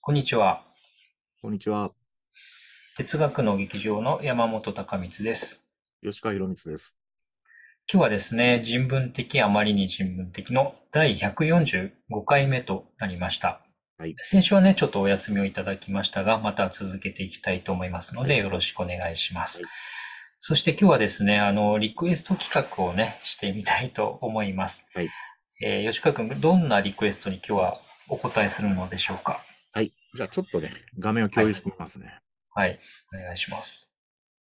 こんにちは。 こんにちは。 哲学の劇場の山本隆光です。 吉川博光です。 今日はですね、人文的あまりに人文的の第145回目となりました。 はい。 先週はね、ちょっとお休みをいただきましたが、また続けていきたいと思いますのはい。 で、よろしくお願いします。 はい。 そして今日はですね、リクエスト企画をね、してみたいと思います。 はい。 吉川くん、どんなリクエストに今日はお答えするのでしょうか？ はい。じゃあ、ちょっとね、画面をはい。 共有してみますね。 はい。お願いします。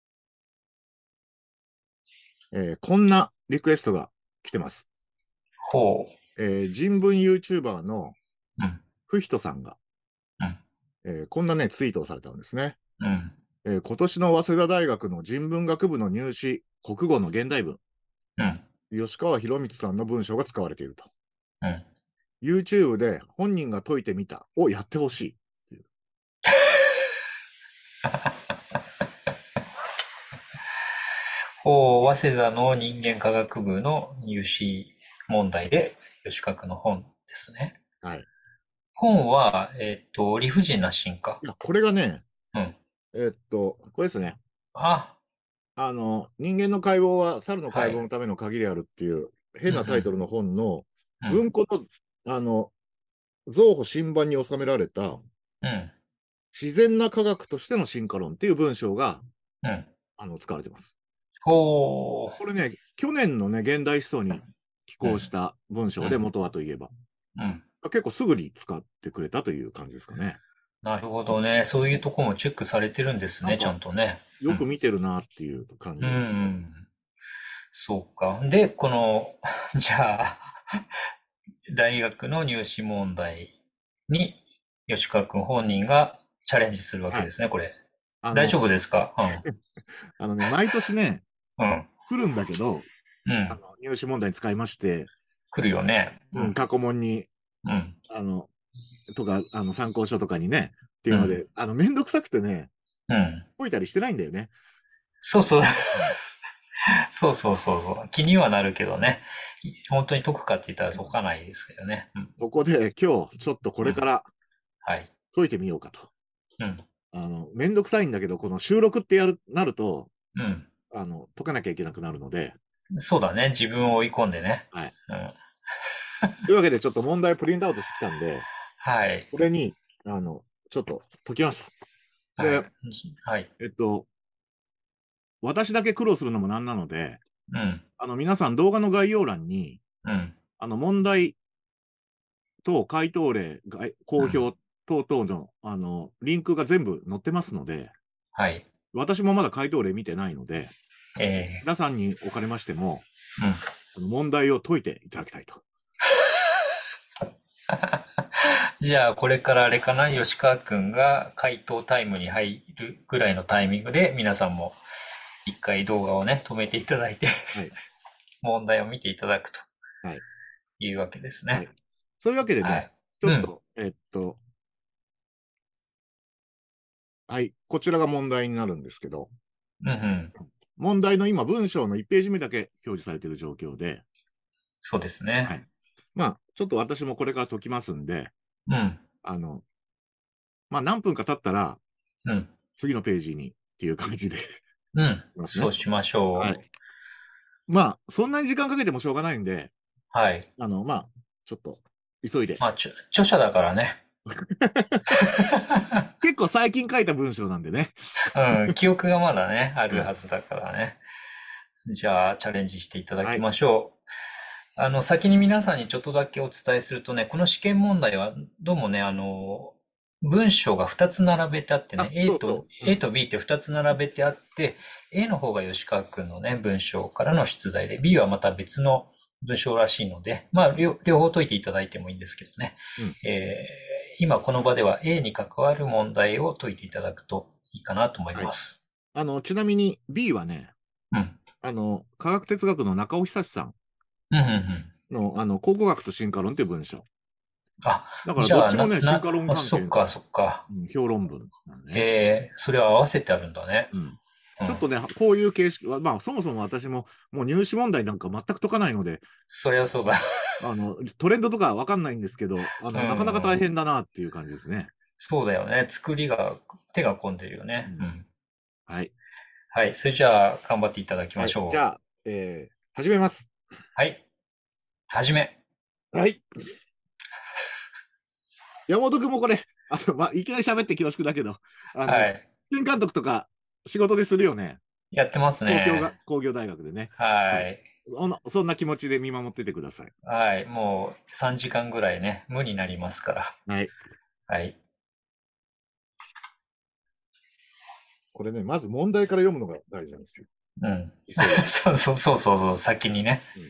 こんなリクエストが来てます。 ほ人文 YouTuber のう。うん。 ふひとさんが、 うん。 こんなね、ツイートをされたんですね。 うん。 今年の早稲田大学の人文学部の入試、国語の現代文、 うん。 吉川博光さんの文章が使われていると。 うん。 YouTube で本人が解いてみたをやってほしい。 早稲田の人間科学部の入試問題で、吉川の本ですね。 はい。 本は、理不尽な進化。 いや、これがね、 うん。 これですね。 あ、 人間の解剖は猿の解はい。 剖のための鍵であるっていううん、 変なタイトルの本のうん、 文庫の、あの、増補新版に収められたうん、 自然な科学としての進化論っていう文章が、 うん。 使われています。 ほう。 これね、去年のね、現代思想に寄うん、 稿した文章でうん、 元はといえば、 うん。 結構すぐに使ってくれたという感じですかね。 なるほどね。そういうとこもチェックされてるんですね、ちゃなんか、 んとね。 よく見てるなっていう感じうん。うですね。 ん。そうか。で、じゃあ、大学の入試問題に吉川君本人がチャレンジするわけはい。 ですね、これ。 あの、 大丈夫ですか？ 毎年ね、 うん。うん。 来るんだけど、 うん。 入試問題に使いまして、 来るよね。うん。 過去問に、 うん。 あの、とか、参考書とかにね、っていうん。 うので、めんどくさくてね、 うん。 解いたりしてないんだよね。 そうそう。 うん。 そうそうそうそう。気にはなるけどね。本当に解くかって言ったら解かないですけどね。うん。 そこで、今日、ちょっとこうん。 れからはい。 解いてみようかと。 うん。 めんどくさいんだけど、この収録ってなると、 うん。 解かなきゃいけなくなるので、 そうだね。自分を追い込んでね。 はい。 うん。 というわけで、ちょっと問題プリントアウトしてきたんで、 はい。 これに、ちょっと解きます。で、 はい。はい。 えっと、私だけ苦労するのもなんなので、 うん。 皆さん動画の概要欄に、 うん。 問題と回答例、公うん。 表等々の、リンクが全部載ってますので、 はい。 私もまだ回答例見てないので、 え皆さんにおかれましても、 うん。 問題を解いていただきたいと。 じゃあ、これからあれかな、吉川くんが回答タイムに入るぐらいのタイミングで、皆さんも一回動画をね、止めていただいてはい。 問題を見ていただくとはい。 いうわけですね。 はい。そういうわけでね、 はい。うん。 ちょっと、はい。こちらが問題になるんですけど、 うんうん。 問題の今、文章の1ページ目だけ表示されている状況で、 そうですね。 はい。まあ、ちょっと私もこれから解きますんで、 うん。 あの、まあ、何分か経ったら、 うん。 次のページにっていう感じでいうん。 きますね。 そうしましょう。 はい。まあ、そんなに時間かけてもしょうがないんで、 はい。 まあ、ちょっと、急いで。 まあ、著者だからね。 結構最近書いた文章なんでね。 うん。記憶がまだね、あるはい。 はずだからね。じゃあ、チャレンジしていただきはい。 ましょう。先に皆さんにちょっとだけお伝えするとね、この試験問題は、どうもね、文章が2つ並べてあってね、 あ、そうそう。う A ん。 と B って2つ並べてあって、A の方が吉川くんのね、文章からの出題で、B はまた別の文章らしいので、まあ、両方解いていただいてもいいんですけどね。 うん。 今この場では A に関わる問題を解いていただくといいかなと思いはい。 ます。 ちなみに B はね、 うん。 科学哲学の中尾久さんうん、うん、うん。 の、考古学と進化論っていう文章。 あ、 だからじゃあ、 どっちもね、進化論関係の、 そっか、そっか。 評論文なのね。 それを合わせてあるんだね。 うん。 うん。 ちょっとね、こういう形式は、まあ、そもそも私も、もう入試問題なんか全く解かないので、 そりゃそうだ。 トレンドとかわかんないんですけど、 うん、うなかなか大ん。 変だなっていう感じですね。 そうだよね。手が込んでるよね。ううん。 ん。 はい。 はい。それじゃあ、頑張っていただきはい。 ましょう。 じゃあ、始めます。 はい。はじめ。 はい。山本君もこれ、いきなり喋って恐縮だけど、 はい。 新監督とか仕事でするよね。 やってますね。 工業大学でね。はい。 はい。 そんな気持ちで見守っててください。 はい。もう3時間ぐらいね、無になりますから。 はい。 はい。 これね、まず問題から読むのが大事なんですよ。 うん。 急いで。 そう、先にね。 うん。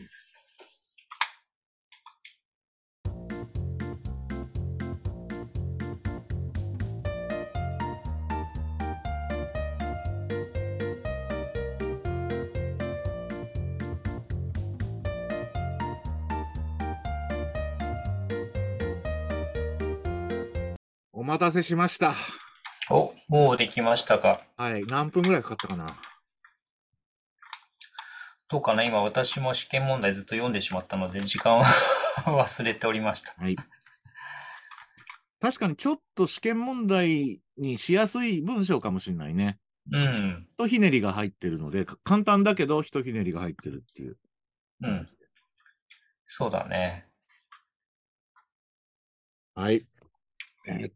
お待たせしました。 お、もうできましたか。 はい。何分ぐらいかかったかな。 どうかな、今私も試験問題ずっと読んでしまったので、時間を忘れておりました。 はい。確かにちょっと試験問題にしやすい文章かもしれないね。 うん。 ひとひねりが入ってるので、簡単だけどひとひねりが入ってるっていううん。 感じで。 そうだね。 はい。えー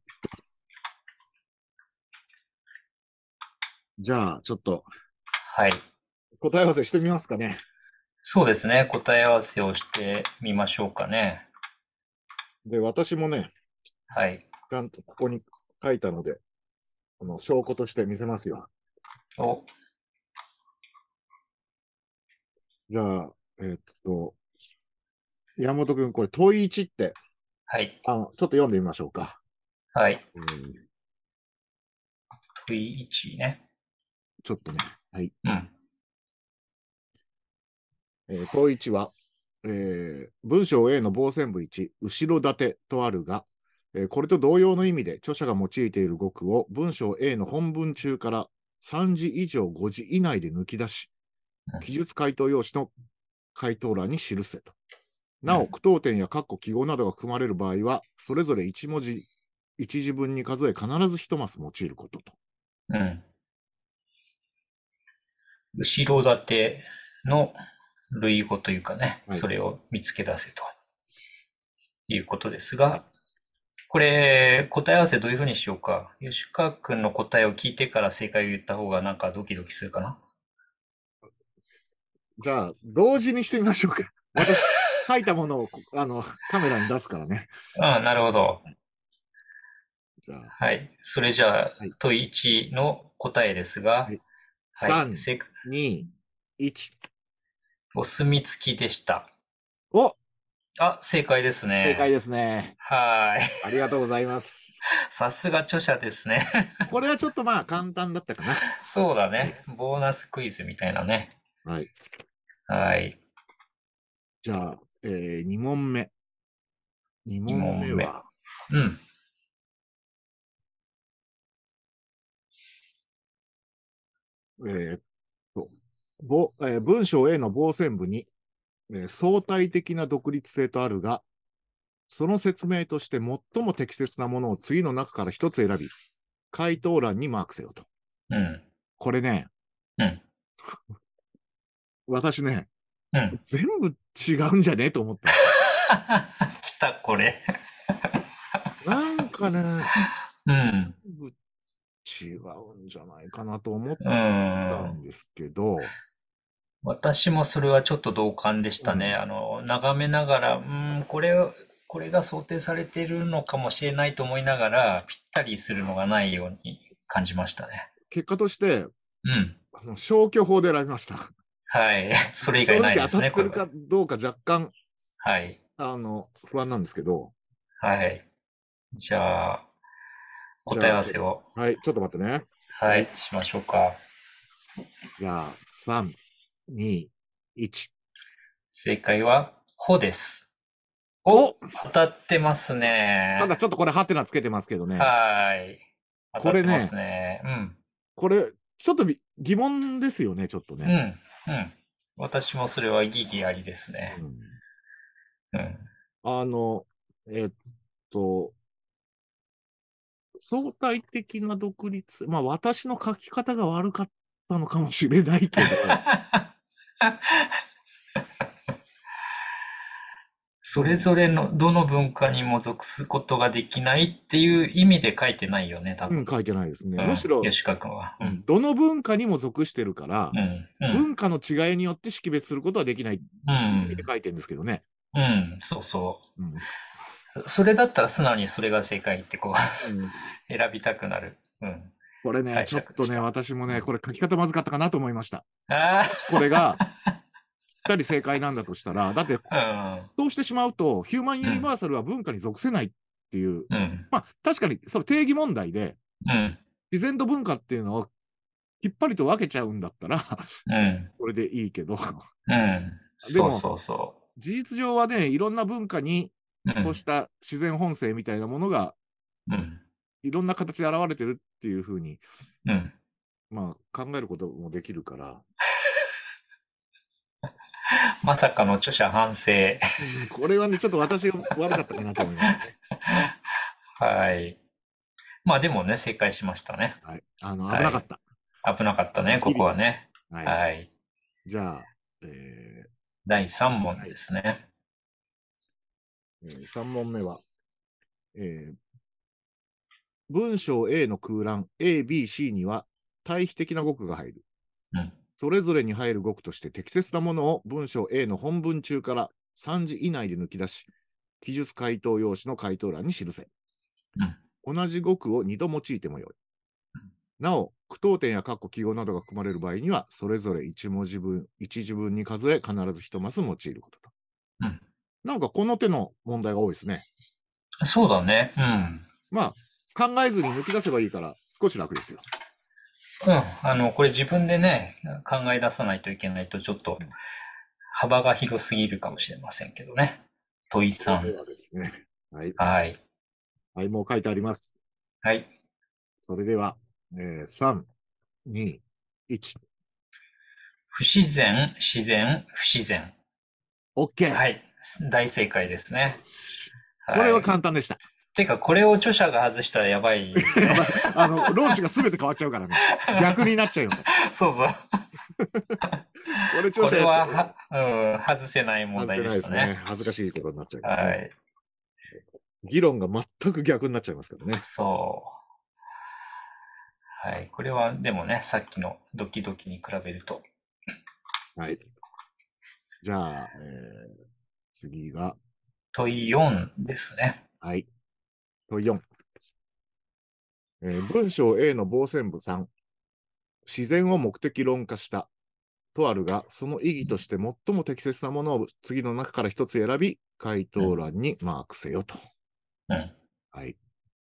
じゃあ、ちょっとはい。 答え合わせしてみますかね。 そうですね。答え合わせをしてみましょうかね。 で、私もね、 はい。 ちゃんとここに書いたので、証拠として見せますよ。 お、 じゃあ、山本君、これ問い1って、 はい。 ちょっと読んでみましょうか。 はい。 うん、 問い1ね。 ちょっとね、はい。 うん。 問い1は、文章 A の傍線部1、後ろ盾とあるが、これと同様の意味で著者が用いている語句を文章 A の本文中から3字以上5字以内で抜き出し、記述回答用紙の回答欄に記せと。なお、句読点や括弧記号などが含まれる場合は、それぞれ1文字、1字分に数え必ず1マス用いることと。 うん。後ろ盾の類語というかね、 はい。 それを見つけ出せということですはい。 が、これ、答え合わせどういうふうにしようか。吉川くんの答えを聞いてから正解を言った方がなんかドキドキするかな。 じゃあ、同時にしてみましょうか。私、書いたものをカメラに出すからね。 うん、なるほど。 じゃあ、 はい。それじゃあ、 はい。 問1の答えですが、 はい。 はい。 3、2、1。 お墨付きでした。 お、 あ、正解ですね。 正解ですね。 はい。 ありがとうございます。 さすが著者ですね。 これはちょっとまあ簡単だったかな。 そうだはい。 ね。ボーナスクイズみたいなね。 はい。 はい。 じゃあ、2問目。2問 2問目。 目は、 うん。 えーっと、文章 A の傍線部に、相対的な独立性とあるが、その説明として最も適切なものを次の中から一つ選び、回答欄にマークせよと。 うん。 これね、 うん。 私ね、 うん。 全部違うんじゃねえと思ったんですよ。 来た、これ。 なんかね、 う全ん。 部違うんじゃないかなと思っうたん。 んですけど、 私もそれはちょっと同感でしたね。 うん、 眺めながら、これが想定されているのかもしれないと思いながら、ぴったりするのがないように感じましたね。 結果として、 うん。 消去法で選びました。 はい。それ以外正直ないですね、 当たってるこれは。 かどうか若干、 はい。 不安なんですけど、 はい。じゃあ、答えじゃあ、 合わせを、 はい、ちょっと待ってね。 はい、 はい。 しましょうか。 じゃあ、3、2、1。 正解は、ほです。お、 お、 当たってますたね。 だちょっとこれハテナつけてますけどね。 はい。当たってますこれね、 ね。うん。 これ、ちょっと疑問ですよね、ちょっとね。 うん。うん。私もそれは意義ありですね。 うん。 うん。 あの、えっと、 相対的な独立。まあ、私の書き方が悪かったのかもしれないけど、 それぞれのどの文化にも属すことができないっていう意味で書いてないよね、多分。 うん、書いてないですね。 うん。 むしろ、 吉川君は。うん。 どの文化にも属してるから、 うん。うん。 文化の違いによって識別することはできないってういう意味でん。 書いてるんですけどね。 うん。そうそうん。 う。それだったら素直にそれが正解ってこううん、 選びたくなる。うん。 これね、 解ちょっとね、 釈でした。 私もね、 うん。 これ書き方まずかったかなと思いました。 あこれが、ぴったり正解なんだとしたら、だって、 あ。 そうしてしまうと、ヒューマンうん。うん。 ユニバーサルは文化に属せないっていう、 うん。 まあ、確かに、その定義問題で、 うん。 自然と文化っていうのをきっぱりと分けちゃうんだったら、 うん。 これでいいけど、 うん。 でも、 そうそうそ事実上はね、いろんな文化に、 う。うん。 そうした自然本性みたいなものが、 うん。 いろんな形で現れてるっていうふうに、 うん。 まあ、考えることもできるから、 まさかの著者反省。 これはね、ちょっと私が悪かったかなと思いましたね。 はい。まあでもね、正解しましたね。 はい。危はい。 なかった。 危なかったね、こギリです。 こはね。 はい。 はい。 じゃあ、え第3問はい。 ですね。 3問目は、えー文章 A の空欄 A、B、C には対比的な語句が入る。 うん。 それぞれに入る語句として適切なものを文章 A の本文中から3字以内で抜き出し、記述回答用紙の回答欄に記せ。 うん。 同じ語句を2度用いてもよい。なお、句読点や括弧記号などが含まれる場合には、それぞれ1文字分、1字分に数え、必ず1マス用いることと。 うん。 なんかこの手の問題が多いですね。 そうだね。うん。 まあ、考えずに抜き出せばいいから少し楽ですよ。 うん。これ自分でね、考え出さないといけないとちょっと幅が広すぎるかもしれませんけどね。問い3。 それではですね。はい。 はい。 はい、もう書いてあります。 はい。 それでは、3、2、1。 不自然、自然、不自然。 OK。 はい。大正解ですね。 これははい。 簡単でした。 てか、これを著者が外したらやばいですね。 やばい。論旨が全て変わっちゃうからね。逆になっちゃうよ。 そうそう。 これ著これ者やはうん、外せない問外せ題でないですね。 したね。 恥ずかしいことになっちゃいますね。 はい。 議論が全く逆になっちゃいますからね。 そう。はい。これは、でもね、さっきのドキドキに比べると。 はい。じゃあ、次が、 問い4ですね。 はい。問4。文章 A の傍線部3。自然を目的論化したとあるが、その意義として最も適切なものを次の中から一つ選び、回うん。 答欄にマークせよと。 うん。 はい。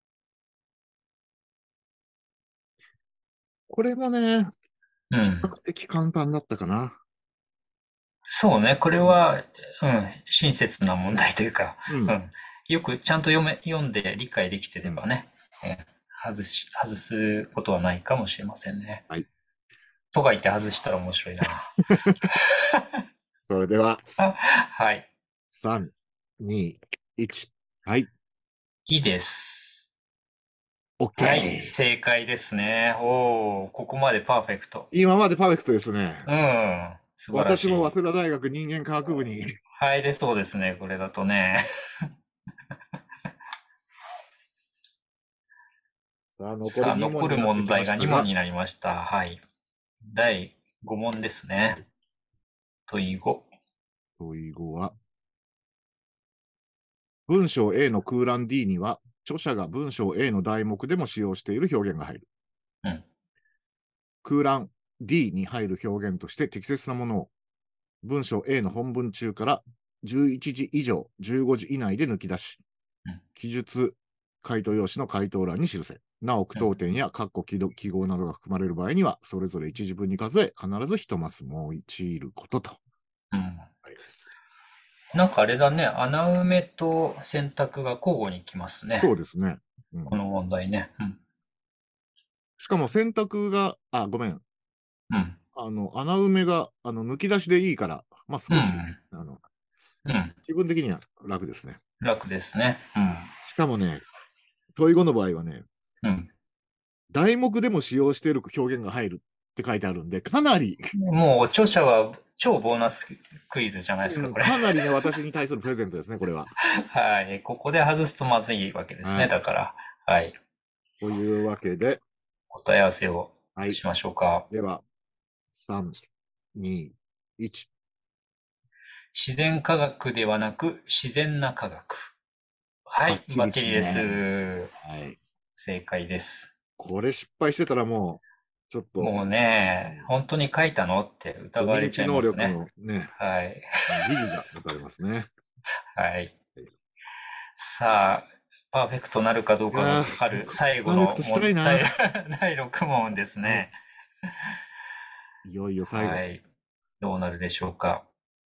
これもね、比較うん。 的簡単だったかな。 そうね。これは、うん、親切な問題というか、 うん。 うん。よくちゃんと読んで理解できてうん。 ればね、外すことはないかもしれませんね。 はい。 とか言って外したら面白いな。 それでは、 はい。 3、2、1。はい。 いいです。はい。 OK。 正解ですね。おー、ここまでパーフェクト。 今までパーフェクトですね。 うん。素晴ら私もしい。 早稲田大学人間科学部に。 入れそうですね。これだとね。 さあ、残りさあ、 2問残るになってきま問題が2問したが、 になりました。はい。第5問ですね。問い5。 問い後は、文章 A の空欄 D には、著者が文章 A の題目でも使用している表現が入る。 うん。 空欄 D に入る表現として適切なものを、文章 A の本文中から11時以上、15時以内で抜き出し、 うん。 記述、回答用紙の回答欄に記せ。なお、句読点や括弧記号などが含まれる場合には、それぞれ一字分に数え、必ず一マス用いることと。 うん。 はい、です。 なんかあれだね。穴埋めと選択が交互に来ますね。 そうですね。うん、 この問題ね。うん。 しかも選択が、ごめん。 うん。 穴埋めが、抜き出しでいいから、まあうん。 少し、 うん。 気分的には楽ですね。 楽ですね。うん。 しかもね、問い語の場合はね、 うん。 題目でも使用している表現が入るって書いてあるんで、かなり、 もう著者は超ボーナスクイズじゃないですか、これ。 かなりね、私に対するプレゼントですね、これは。 はい。ここで外すとまずいわけですね、 はい。 だから。はい。 というわけで、 答え合わせをはい。 しましょうか。 では、3、2、1。 自然科学ではなく自然な科学。はい、 バッチリですバッチリでね。 す。 はい。 正解です。 これ失敗してたらもう、ちょっと、 もうね、本当に書いたのってそう、 疑われちゃい認知能ますね。 力のね、 はい。 疑義が持たれますね。 はい。さあ、パーフェクトなるかどうかがいやー、 かかる最後パーフェクのトしたいな。 第6問ですはい。 ね。 いよいよ最後。 はい。どうなるでしょうか。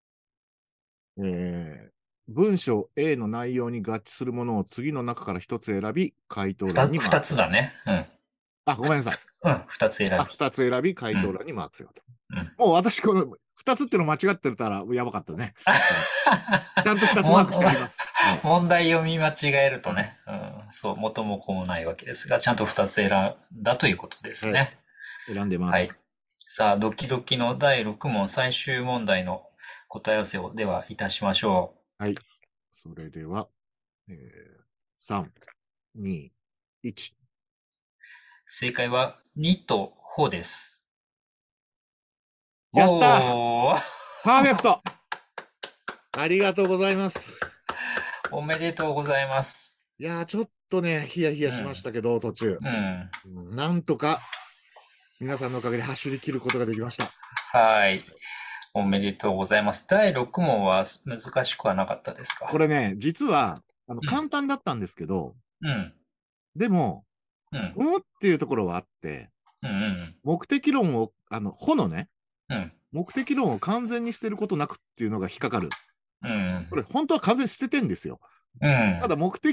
文章 A の内容に合致するものを次の中から一つ選び、回答欄にマー二クする。 つだね。うん。 あ、ごめんなさい。 うん、二つ選び。 二つ選び、回うん。 答欄にマークすると。 うん。 もう私、この二つっていうの間違ってたらやばかったね。ちゃんと二つマークしてあります。はい。 問題読み間違えるとはい。 ね、うん、そう、元も子もないわけですが、ちゃんと2つ選んだということですはい。 ね。 選んでまはい。 す。 さあ、ドキドキの第6問最終問題の答え合わせをではいたしましょはい。それでは、えー、3、2、1。 う。正解は2と4です。 やったおー、 パーフェクトありがとうございます。 おめでとうございます。 いやー、ちょっとね、ヒヤヒヤしましたけど、途中。 うん。 なんとか、皆さんのおかげで走り切ることができました。 はい。おめでとうございます。第6問は難しくはなかったですか？ これね、実は、 うん。 簡単だったんですけど、 うん。 でも、 うん。 っていうところはあって、 うん。うん。 目的論を、ほのね、 うん。 目的論を完全に捨てることなくっていうのが引っかかる。 うん。 これ、本当は完全に捨ててんですよ。 うん。 ただ、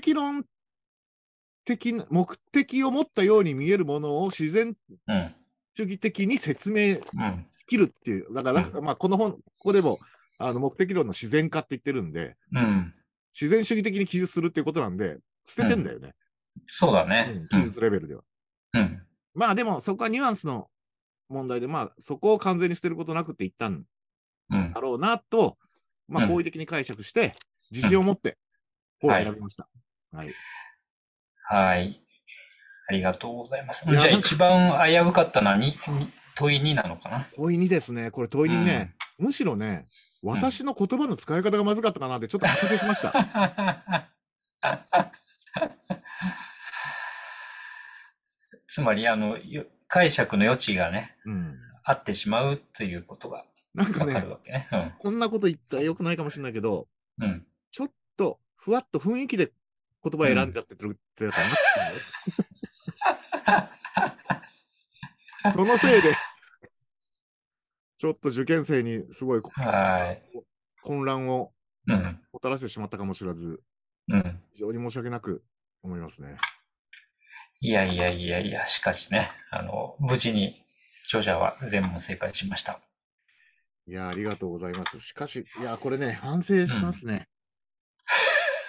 目的を持ったように見えるものを自然うん。 主義的に説明うん。 しきるっていう。だから、 うん。 まあ、ここでも、目的論の自然化って言ってるんで、 うん。 自然主義的に記述するっていうことなんで、捨ててんだよね。 そうだね。 記述レベルでは。 うん。 まあでも、そこはニュアンスの問題で、まあ、そこを完全に捨てることなくって言ったんうん。 だろうなと、まあ、 うん。 好意的に解釈して、自うん。 信を持って、方をはい。 選びました。はい。 はい。ありがとうございます。 いや、 じゃあなんか、 一番危うかったのは問い2なのかな？ 問いにですね、これ問いにね、 うん。 むしろね、 うん。 私の言葉の使い方がまずかったかなってちょっと反省しました。 つまり、解釈の余地がね、 うん。 あってしまうということがわかなんかね、 るわけね。うん。 こんなこと言ったら良くないかもしれないけど、 うん。 ちょっとふわっと雰囲気で言葉うん。 選んじゃってるってかなっていう。そのせいで、ちょっと受験生にすごいはい。 混乱をうん。 もたらしてしまったかもしれず、 うん。 非常に申し訳なく思いますね。 いやいやいやいや、しかしね、無事に著者は全問正解しました。 いや、ありがとうございます。しかし、いや、これね、反省うん。 しますね。うん、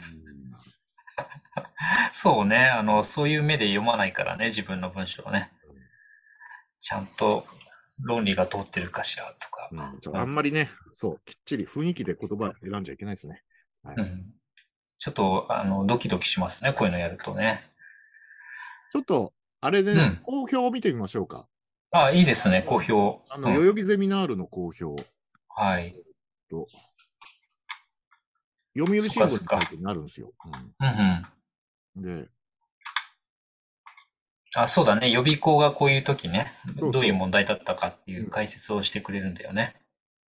そうね、そういう目で読まないからね、自分の文章をね。ちゃんと論理が通ってるかしらとか。 あんまりね、そう、きっちり雰囲気で言葉選んじゃいけないですね。はい。 うん。ちょっと、ドキドキしますね、こういうのやるとね。 ちょっと、あれでね、 うん。 好評を見てみましょうか。 あ、いいですね、好評。うん。 代々木ゼミナールの好評はい。 と、読売そっ新聞かそっか。 に書いてあるんですよ。 うんうん。 で、 あ、そうだね。予備校がこういう時ね、どういうそうそ問題だったかっていう。 う解説をしてくれるんだよね。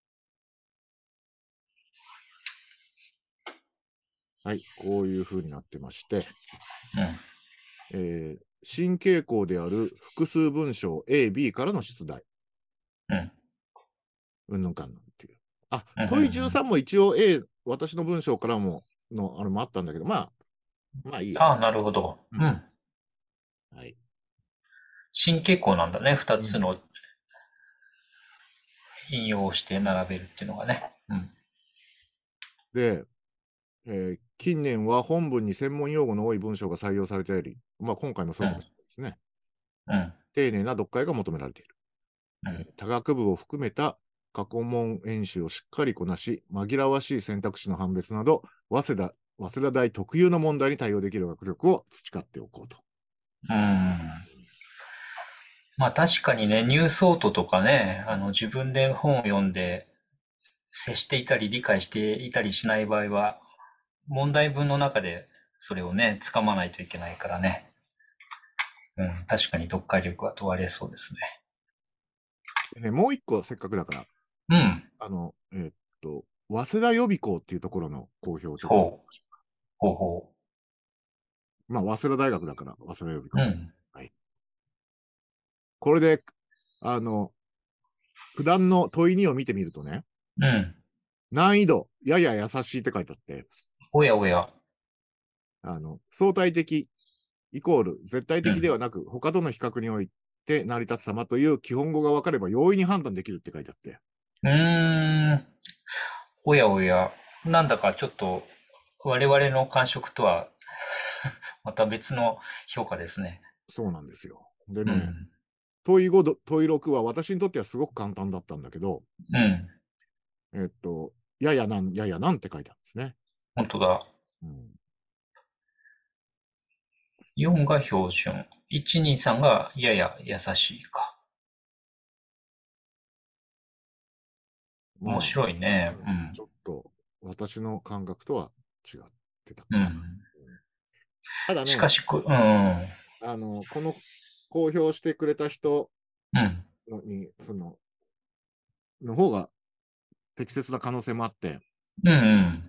はい、こういう風になってまして、 うん。 新傾向である複数文章 A、B からの出題。 うん。 うんぬんかんぬんっていう。あ、 うんうんう問いん。 13も一応 私の文章からもあれもあったんだけど、まあいいや。 ああ、なるほど。 うん。 うん。 はい。 新傾向なんだね。二うん。 つの引用をして並べるっていうのがね。うん。 で、近年は本文に専門用語の多い文章が採用されており、まあ今回もそうん。 うかもしれないでですね。 うん。 丁寧な読解が求められている。 うん。 多学部を含めた過去問演習をしっかりこなし、紛らわしい選択肢の判別など、早稲田大特有の問題に対応できる学力を培っておこうと。 うん。まあ確かにね、ニュースソートとかね、自分で本を読んで接していたり理解していたりしない場合は、問題文の中でそれをね、掴まないといけないからね。うん。確かに読解力は問われそうですね。 でね、もう一個せっかくだから、 うん。 早稲田予備校っていうところの公表をちょっと。 ほう。ほうほまあ、早稲田大学だから、早稲田予備う。う校。 ん。 はい。これで、あの、普段の問い2を見てみるとね、 うん。 難易度、やや優しいって書いてあって、 おやおや。 相対的イコール絶対うん。 的ではなく、他との比較において成り立つ様という基本語が分かれば容易に判断できるって書いてあって。 うーん。おやおや。なんだかちょっと我々の感触とはまた別の評価ですね。 そうなんですよ。でね、 うん。 問い5、問い6は私にとってはすごく簡単だったんだけど、 うん。 ややなんって書いてあるんですね。 本当だ。 うん、 4が標準。1、2、3がやや優しいか。面まあ、 白いね。 ちょっと私の感覚とは違ってたかうん。うな。 ん。 ただね、 しかしうん。 この公表してくれた人うん。 に、の方が適切な可能性もあって、 うん、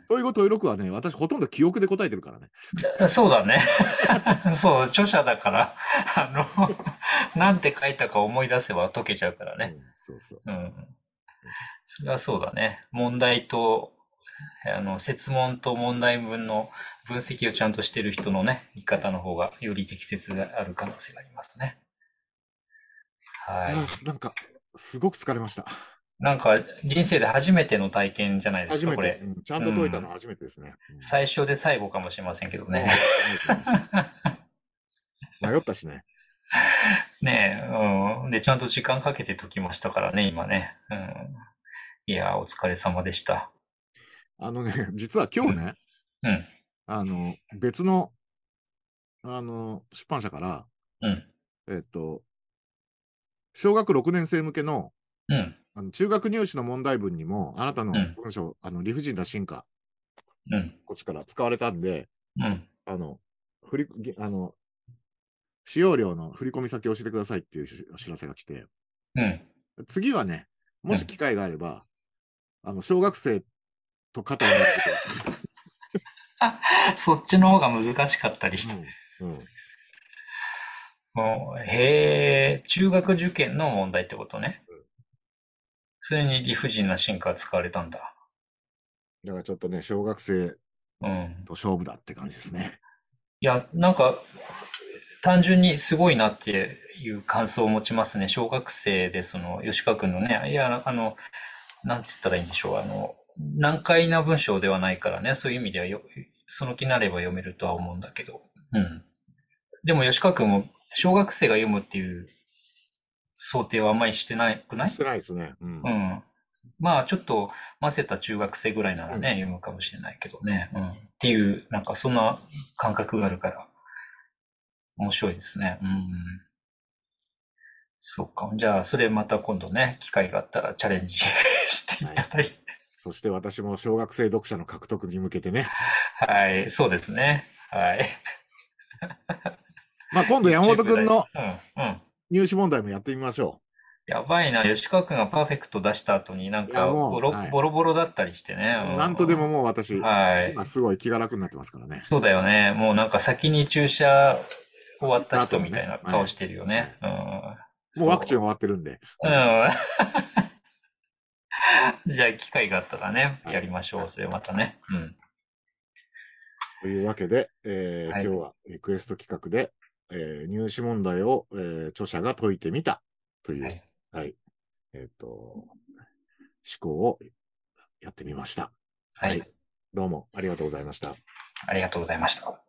問い5、問い6はね、私ほとんど記憶で答えてるからね。 うん。そうだね。そう、著者だから、なんて書いたか思い出せば解けちゃうからね。 うん、そうそう。 うん。それはそうだね。問題と、設問と問題文の分析をちゃんとしてる人のね、言い方の方がより適切である可能性がありますね。はい。 なんか、すごく疲れました。 なんか、人生で初めての体験じゃないですか、 初めて、 これ。 ちゃんうと解いたのん。 は初めてですね。 最初で最後かもしれませんけどね。 間違いないですね。迷ったしね。 ねえ、うん。で、ちゃんと時間かけて解きましたからね、今ね。うん。いや、お疲れ様でした。 実は今日ね、 うん。 別の、出版社から、 うん。 えっと、小学6年生向けの、 うん。 中学入試の問題文にも、あなたのうん。 文章、理不尽な進化、 うん。 こっちから使われたんで、 うん。 あの、振り、ぎあの、使用料の振込先を教えてくださいっていうお知らせが来て、 うん。 次はね、もうん。 し機会があれば、小学生と肩を並べて、 そっちの方が難しかったりして。 うん、うん、 もうへえ、中学受験の問題ってことね。それに理不尽な進化が使われたんだ。 だからちょっとね、小学生うん。 と勝負だって感じですね。 いや、なんか、単純にすごいなっていう感想を持ちますね。小学生で、吉川君のね、いや、なんつったらいいんでしょう。難解な文章ではないからね、そういう意味ではその気になれば読めるとは思うんだけど。うん。でも吉川君も小学生が読むっていう想定はあんまりしてなくない？ してないですね。うん。 うん。まあ、ちょっと、ませた中学生ぐらいならね、 うん。 読むかもしれないけどね。うん。っていう、なんかそんな感覚があるから、面白いですね。うん。そうか。じゃあ、それまた今度ね、機会があったらチャレンジしていはい。 ただいて。 そして私も小学生読者の獲得に向けてね。 はい、そうですね。はい。 まあ今度山本 YouTube で。 君のうん、うん。 入試問題もやってみましょやばいな。吉川くんがパーフェクト出した後になんう。いや、 かもう、はい。 ボロボロだったりしてね。 なんとでももううん。 私、 はい。 今すごい気が楽になってますからね。 そうだよね。もうなんか先に注射終わ行っったた後のね。 人みたいなはい。 顔してるよね。 はい。 うん。 もうワクチンそ終わってるんで。 う。ううん。 ん。じゃあ機会があったらね、 はい。 やりましょう。それまたね。うん。 というわけで、 はい。 今日はリクエスト企画で、入試問題を、著者が解いてみたという、 はい。 はい。思考をやってみました。 はい。 はい。どうもありがとうございました。 ありがとうございました。